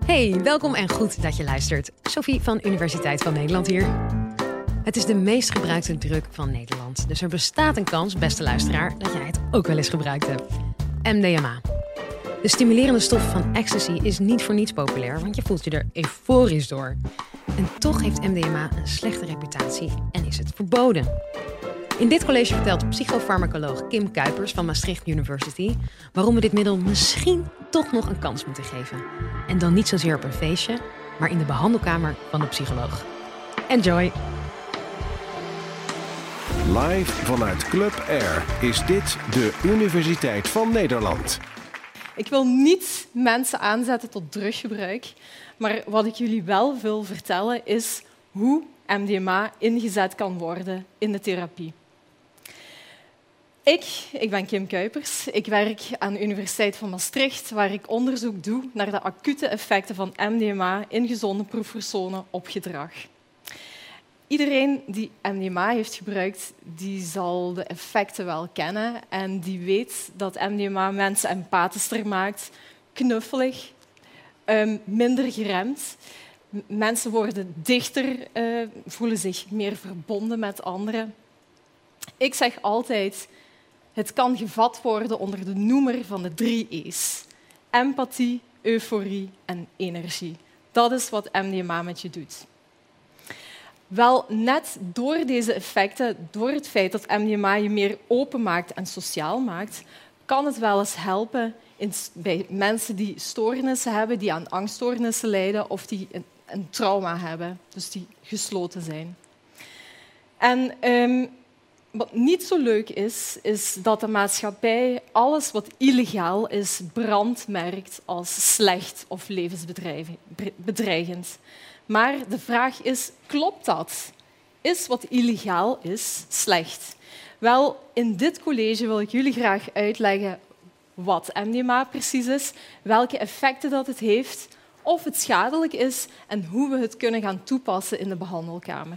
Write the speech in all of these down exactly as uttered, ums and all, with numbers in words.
Hey, welkom en goed dat je luistert. Sophie van Universiteit van Nederland hier. Het is de meest gebruikte drug van Nederland. Dus er bestaat een kans, beste luisteraar, dat jij het ook wel eens gebruikt hebt. M D M A. De stimulerende stof van ecstasy is niet voor niets populair, want je voelt je er euforisch door. En toch heeft M D M A een slechte reputatie en is het verboden. In dit college vertelt psychofarmacoloog Kim Kuipers van Maastricht University waarom we dit middel misschien toch nog een kans moeten geven. En dan niet zozeer op een feestje, maar in de behandelkamer van de psycholoog. Enjoy! Live vanuit Club Air is dit de Universiteit van Nederland. Ik wil niet mensen aanzetten tot druggebruik, maar wat ik jullie wel wil vertellen is hoe M D M A ingezet kan worden in de therapie. Ik, ik ben Kim Kuipers. Ik werk aan de Universiteit van Maastricht, waar ik onderzoek doe naar de acute effecten van M D M A in gezonde proefpersonen op gedrag. Iedereen die M D M A heeft gebruikt, die zal de effecten wel kennen en die weet dat M D M A mensen empathischer maakt, knuffelig, um, minder geremd. Mensen worden dichter, uh, voelen zich meer verbonden met anderen. Ik zeg altijd, het kan gevat worden onder de noemer van de drie E's. Empathie, euforie en energie. Dat is wat M D M A met je doet. Wel, net door deze effecten, door het feit dat M D M A je meer openmaakt en sociaal maakt, kan het wel eens helpen in, bij mensen die stoornissen hebben, die aan angststoornissen lijden of die een, een trauma hebben, dus die gesloten zijn. En um, wat niet zo leuk is, is dat de maatschappij alles wat illegaal is brandmerkt als slecht of levensbedreigend. Maar de vraag is, klopt dat? Is wat illegaal is slecht? Wel, in dit college wil ik jullie graag uitleggen wat M D M A precies is, welke effecten dat het heeft, of het schadelijk is en hoe we het kunnen gaan toepassen in de behandelkamer.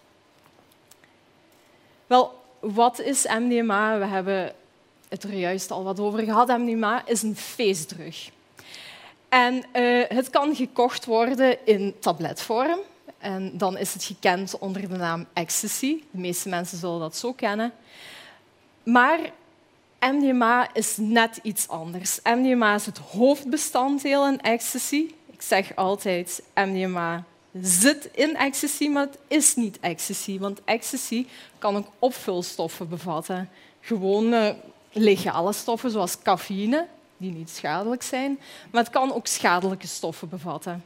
Wel, wat is M D M A? We hebben het er juist al wat over gehad. M D M A is een feestdrug. En uh, het kan gekocht worden in tabletvorm. En dan is het gekend onder de naam ecstasy. De meeste mensen zullen dat zo kennen. Maar M D M A is net iets anders. M D M A is het hoofdbestanddeel in ecstasy. Ik zeg altijd, M D M A zit in ecstasy, maar het is niet ecstasy. Want ecstasy kan ook opvulstoffen bevatten. Gewoon uh, legale stoffen, zoals cafeïne, die niet schadelijk zijn. Maar het kan ook schadelijke stoffen bevatten.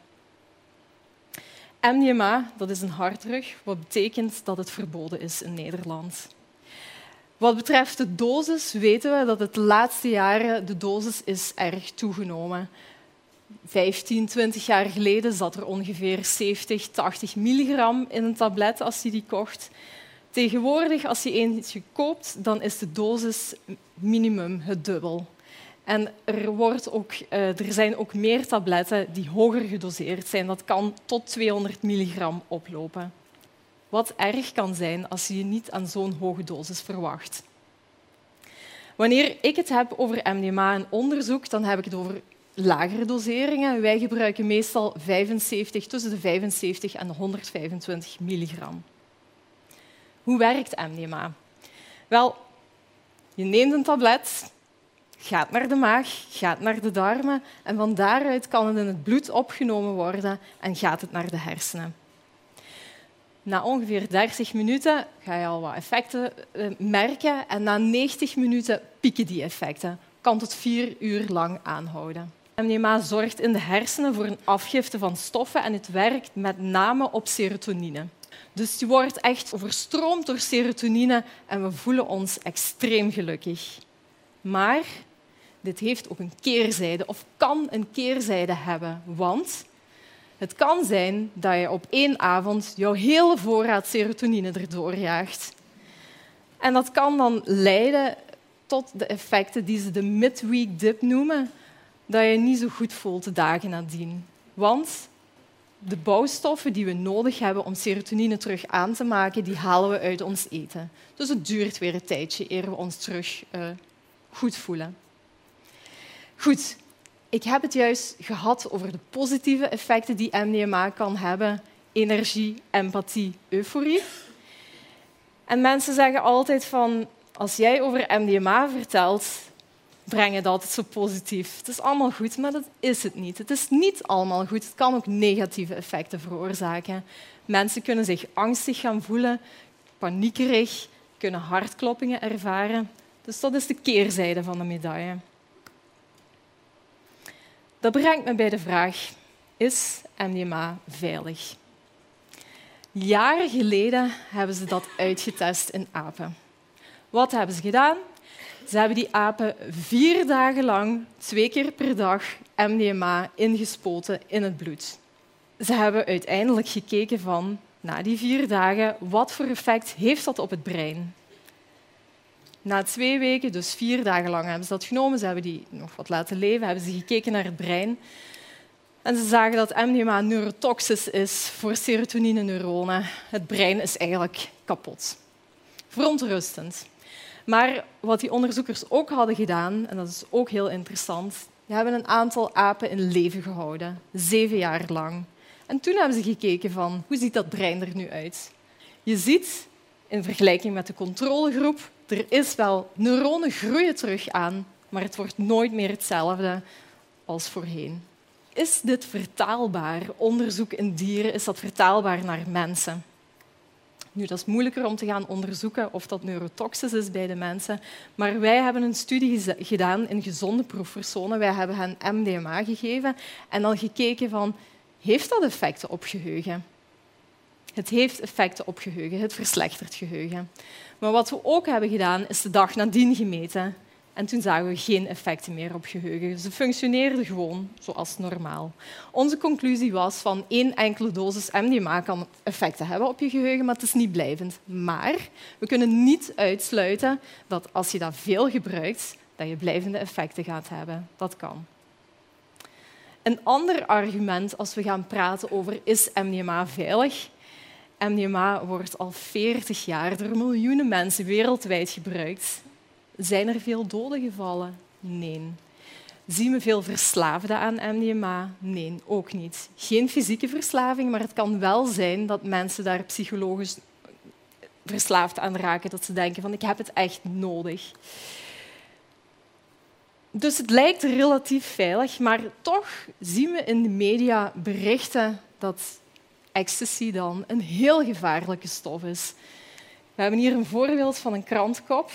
M D M A, dat is een harddrug, wat betekent dat het verboden is in Nederland. Wat betreft de dosis weten we dat het de laatste jaren de dosis is erg toegenomen. vijftien, twintig jaar geleden zat er ongeveer zeventig, tachtig milligram in een tablet als je die kocht. Tegenwoordig, als je eentje koopt, dan is de dosis minimum het dubbel. En er, wordt ook, uh, er zijn ook meer tabletten die hoger gedoseerd zijn. Dat kan tot tweehonderd milligram oplopen. Wat erg kan zijn als je je niet aan zo'n hoge dosis verwacht. Wanneer ik het heb over M D M A in onderzoek, dan heb ik het over lagere doseringen. Wij gebruiken meestal vijfenzeventig, tussen de vijfenzeventig en de honderdvijfentwintig milligram. Hoe werkt M D M A? Wel, je neemt een tablet, gaat naar de maag, gaat naar de darmen en van daaruit kan het in het bloed opgenomen worden en gaat het naar de hersenen. Na ongeveer dertig minuten ga je al wat effecten merken en na negentig minuten pieken die effecten. Kan tot vier uur lang aanhouden. M D M A zorgt in de hersenen voor een afgifte van stoffen en het werkt met name op serotonine. Dus je wordt echt overstroomd door serotonine en we voelen ons extreem gelukkig. Maar dit heeft ook een keerzijde, of kan een keerzijde hebben. Want het kan zijn dat je op één avond jouw hele voorraad serotonine erdoor jaagt. En dat kan dan leiden tot de effecten die ze de midweek dip noemen, dat je je niet zo goed voelt de dagen nadien. Want de bouwstoffen die we nodig hebben om serotonine terug aan te maken, die halen we uit ons eten. Dus het duurt weer een tijdje eer we ons terug uh, goed voelen. Goed, ik heb het juist gehad over de positieve effecten die M D M A kan hebben. Energie, empathie, euforie. En mensen zeggen altijd van, als jij over M D M A vertelt, breng je het altijd zo positief. Het is allemaal goed, maar dat is het niet. Het is niet allemaal goed. Het kan ook negatieve effecten veroorzaken. Mensen kunnen zich angstig gaan voelen, paniekerig, kunnen hartkloppingen ervaren. Dus dat is de keerzijde van de medaille. Dat brengt me bij de vraag, is M D M A veilig? Jaren geleden hebben ze dat uitgetest in apen. Wat hebben ze gedaan? Ze hebben die apen vier dagen lang, twee keer per dag, M D M A ingespoten in het bloed. Ze hebben uiteindelijk gekeken van, na die vier dagen, wat voor effect heeft dat op het brein? Na twee weken, dus vier dagen lang, hebben ze dat genomen. Ze hebben die nog wat laten leven, hebben ze gekeken naar het brein. En ze zagen dat M D M A neurotoxisch is voor serotonineneuronen. Het brein is eigenlijk kapot. Verontrustend. Maar wat die onderzoekers ook hadden gedaan, en dat is ook heel interessant, die hebben een aantal apen in leven gehouden, zeven jaar lang. En toen hebben ze gekeken van, hoe ziet dat brein er nu uit? Je ziet, in vergelijking met de controlegroep, er is wel, neuronen groeien terug aan, maar het wordt nooit meer hetzelfde als voorheen. Is dit vertaalbaar? Onderzoek in dieren, is dat vertaalbaar naar mensen? Nu, dat is moeilijker om te gaan onderzoeken of dat neurotoxisch is bij de mensen, maar wij hebben een studie gedaan in gezonde proefpersonen. Wij hebben hen M D M A gegeven en dan gekeken van, heeft dat effecten op geheugen? Het heeft effecten op geheugen, het verslechtert geheugen. Maar wat we ook hebben gedaan, is de dag nadien gemeten. En toen zagen we geen effecten meer op geheugen. Ze functioneerden gewoon zoals normaal. Onze conclusie was van één enkele dosis M D M A kan effecten hebben op je geheugen, maar het is niet blijvend. Maar we kunnen niet uitsluiten dat als je dat veel gebruikt, dat je blijvende effecten gaat hebben. Dat kan. Een ander argument als we gaan praten over is M D M A veilig? M D M A wordt al veertig jaar door miljoenen mensen wereldwijd gebruikt. Zijn er veel doden gevallen? Nee. Zien we veel verslaafden aan M D M A? Nee, ook niet. Geen fysieke verslaving, maar het kan wel zijn dat mensen daar psychologisch verslaafd aan raken, dat ze denken van ik heb het echt nodig. Dus het lijkt relatief veilig, maar toch zien we in de media berichten dat ecstasy dan een heel gevaarlijke stof is. We hebben hier een voorbeeld van een krantenkop.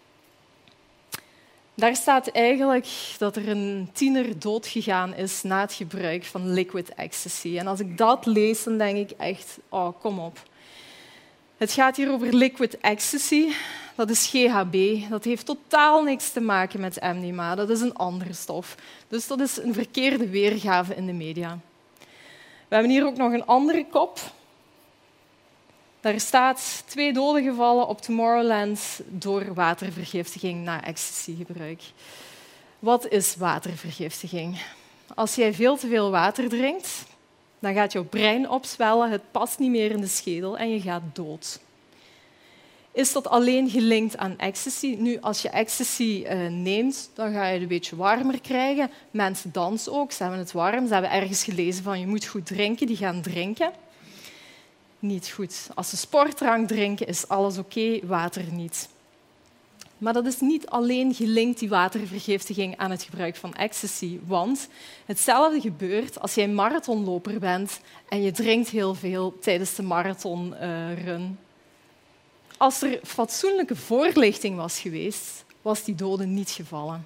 Daar staat eigenlijk dat er een tiener doodgegaan is na het gebruik van liquid ecstasy. En als ik dat lees, dan denk ik echt, oh, kom op. Het gaat hier over liquid ecstasy. Dat is G H B. Dat heeft totaal niks te maken met M D M A. Dat is een andere stof. Dus dat is een verkeerde weergave in de media. We hebben hier ook nog een andere kop. Daar staat twee doden gevallen op Tomorrowland door watervergiftiging na ecstasygebruik. Wat is watervergiftiging? Als jij veel te veel water drinkt, dan gaat jouw brein opzwellen, het past niet meer in de schedel en je gaat dood. Is dat alleen gelinkt aan ecstasy? Nu, als je ecstasy uh, neemt, dan ga je het een beetje warmer krijgen. Mensen dansen ook, ze hebben het warm. Ze hebben ergens gelezen van je moet goed drinken, die gaan drinken. Niet goed. Als ze sportdrank drinken, is alles oké, water niet. Maar dat is niet alleen gelinkt, die watervergiftiging, aan het gebruik van ecstasy. Want hetzelfde gebeurt als jij marathonloper bent en je drinkt heel veel tijdens de marathonrun. Als er fatsoenlijke voorlichting was geweest, was die dode niet gevallen.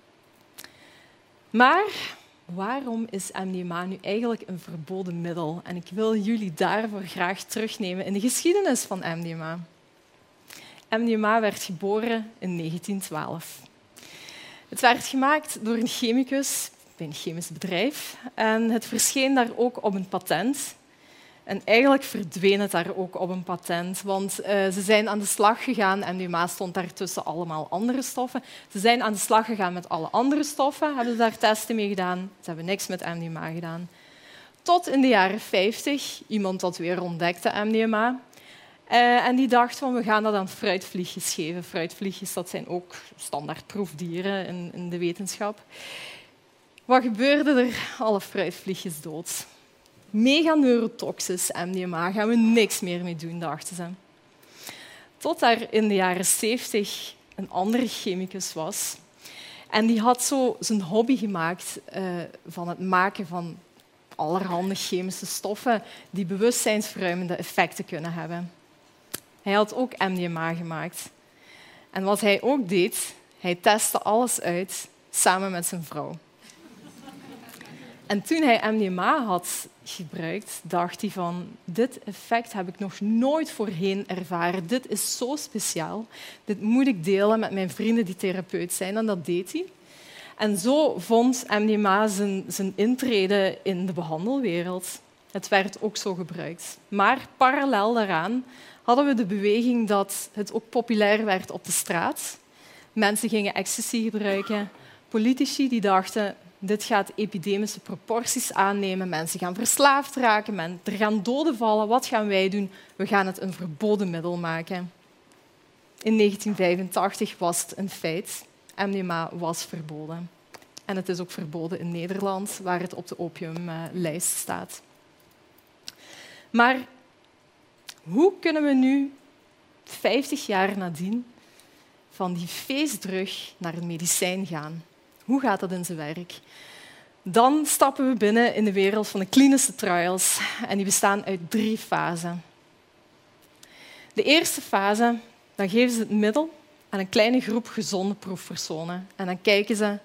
Maar waarom is M D M A nu eigenlijk een verboden middel? En ik wil jullie daarvoor graag terugnemen in de geschiedenis van M D M A. M D M A werd geboren in negentien twaalf. Het werd gemaakt door een chemicus bij een chemisch bedrijf en het verscheen daar ook op een patent. En eigenlijk verdween het daar ook op een patent, want uh, ze zijn aan de slag gegaan. M D M A stond daar tussen allemaal andere stoffen. Ze zijn aan de slag gegaan met alle andere stoffen, hebben daar testen mee gedaan. Ze hebben niks met M D M A gedaan. Tot in de jaren vijftig, iemand dat weer ontdekte, M D M A. Uh, en die dacht van, we gaan dat aan fruitvliegjes geven. Fruitvliegjes, dat zijn ook standaard proefdieren in, in de wetenschap. Wat gebeurde er? Alle fruitvliegjes dood. Mega neurotoxisch M D M A, gaan we niks meer mee doen, dachten ze. Tot er in de jaren zeventig een andere chemicus was. En die had zo zijn hobby gemaakt uh, van het maken van allerhande chemische stoffen die bewustzijnsverruimende effecten kunnen hebben. Hij had ook M D M A gemaakt. En wat hij ook deed, hij testte alles uit samen met zijn vrouw. En toen hij M D M A had gebruikt, dacht hij van, dit effect heb ik nog nooit voorheen ervaren. Dit is zo speciaal. Dit moet ik delen met mijn vrienden die therapeut zijn. En dat deed hij. En zo vond M D M A zijn, zijn intrede in de behandelwereld. Het werd ook zo gebruikt. Maar parallel daaraan hadden we de beweging dat het ook populair werd op de straat. Mensen gingen ecstasy gebruiken. Politici die dachten, dit gaat epidemische proporties aannemen. Mensen gaan verslaafd raken, men, er gaan doden vallen. Wat gaan wij doen? We gaan het een verboden middel maken. In negentien vijfentachtig was het een feit. M D M A was verboden. En het is ook verboden in Nederland, waar het op de opiumlijst staat. Maar hoe kunnen we nu, vijftig jaar nadien, van die feestdrug naar een medicijn gaan? Hoe gaat dat in zijn werk? Dan stappen we binnen in de wereld van de klinische trials. En die bestaan uit drie fasen. De eerste fase, dan geven ze het middel aan een kleine groep gezonde proefpersonen. En dan kijken ze,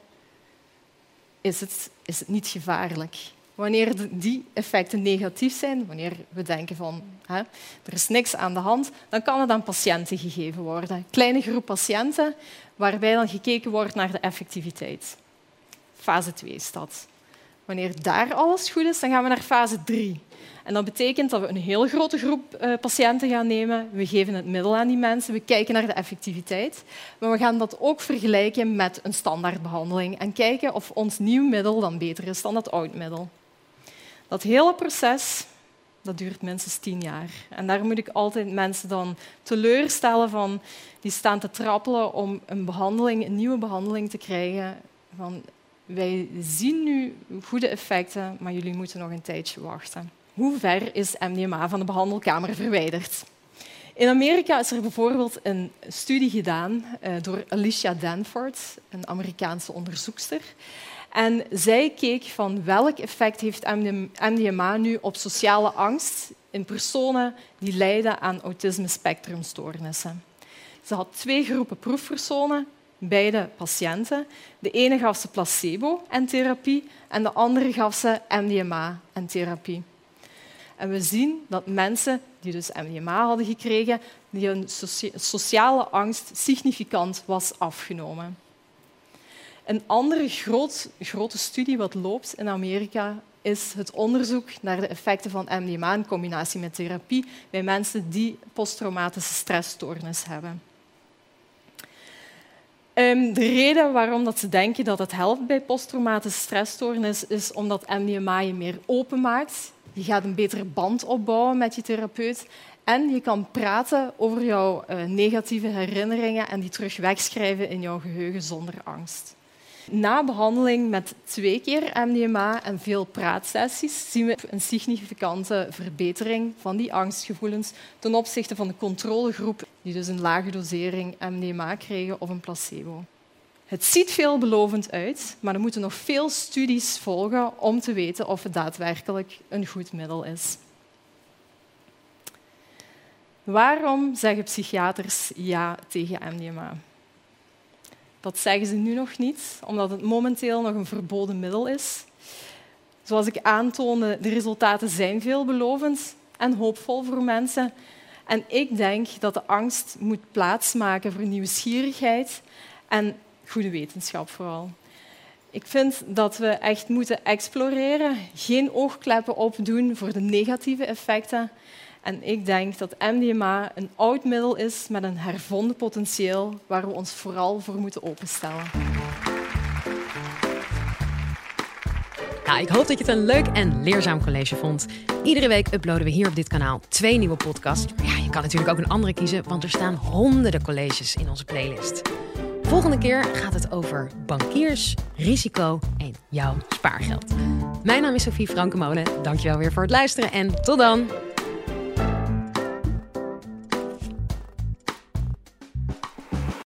is het, is het niet gevaarlijk? Wanneer die effecten negatief zijn, wanneer we denken van hè, er is niks aan de hand, dan kan het aan patiënten gegeven worden. Een kleine groep patiënten waarbij dan gekeken wordt naar de effectiviteit. Fase twee is dat. Wanneer daar alles goed is, dan gaan we naar fase drie. En dat betekent dat we een heel grote groep uh, patiënten gaan nemen. We geven het middel aan die mensen, we kijken naar de effectiviteit. Maar we gaan dat ook vergelijken met een standaardbehandeling en kijken of ons nieuw middel dan beter is dan dat oud middel. Dat hele proces dat duurt minstens tien jaar. En daar moet ik altijd mensen dan teleurstellen van die staan te trappelen om een behandeling, een nieuwe behandeling te krijgen. Van, wij zien nu goede effecten, maar jullie moeten nog een tijdje wachten. Hoe ver is M D M A van de behandelkamer verwijderd? In Amerika is er bijvoorbeeld een studie gedaan uh, door Alicia Danford, een Amerikaanse onderzoekster. En zij keek van welk effect heeft M D M A nu op sociale angst in personen die lijden aan autisme-spectrumstoornissen. Ze had twee groepen proefpersonen, beide patiënten. De ene gaf ze placebo en therapie en de andere gaf ze M D M A en therapie. En we zien dat mensen die dus M D M A hadden gekregen, die hun sociale angst significant was afgenomen. Een andere groot, grote studie wat loopt in Amerika is het onderzoek naar de effecten van M D M A in combinatie met therapie bij mensen die posttraumatische stressstoornis hebben. Um, de reden waarom dat ze denken dat het helpt bij posttraumatische stressstoornis is omdat M D M A je meer openmaakt. Je gaat een betere band opbouwen met je therapeut en je kan praten over jouw uh, negatieve herinneringen en die terug wegschrijven in jouw geheugen zonder angst. Na behandeling met twee keer M D M A en veel praatsessies zien we een significante verbetering van die angstgevoelens ten opzichte van de controlegroep die dus een lage dosering M D M A kregen of een placebo. Het ziet veelbelovend uit, maar er moeten nog veel studies volgen om te weten of het daadwerkelijk een goed middel is. Waarom zeggen psychiaters ja tegen M D M A? Dat zeggen ze nu nog niet, omdat het momenteel nog een verboden middel is. Zoals ik aantoonde, de resultaten zijn veelbelovend en hoopvol voor mensen. En ik denk dat de angst moet plaatsmaken voor nieuwsgierigheid en goede wetenschap vooral. Ik vind dat we echt moeten exploreren, geen oogkleppen opdoen voor de negatieve effecten. En ik denk dat M D M A een oud middel is met een hervonden potentieel waar we ons vooral voor moeten openstellen. Nou, ik hoop dat je het een leuk en leerzaam college vond. Iedere week uploaden we hier op dit kanaal twee nieuwe podcasts. Ja, je kan natuurlijk ook een andere kiezen, want er staan honderden colleges in onze playlist. Volgende keer gaat het over bankiers, risico en jouw spaargeld. Mijn naam is Sophie Frankemolen. Dankjewel weer voor het luisteren en tot dan!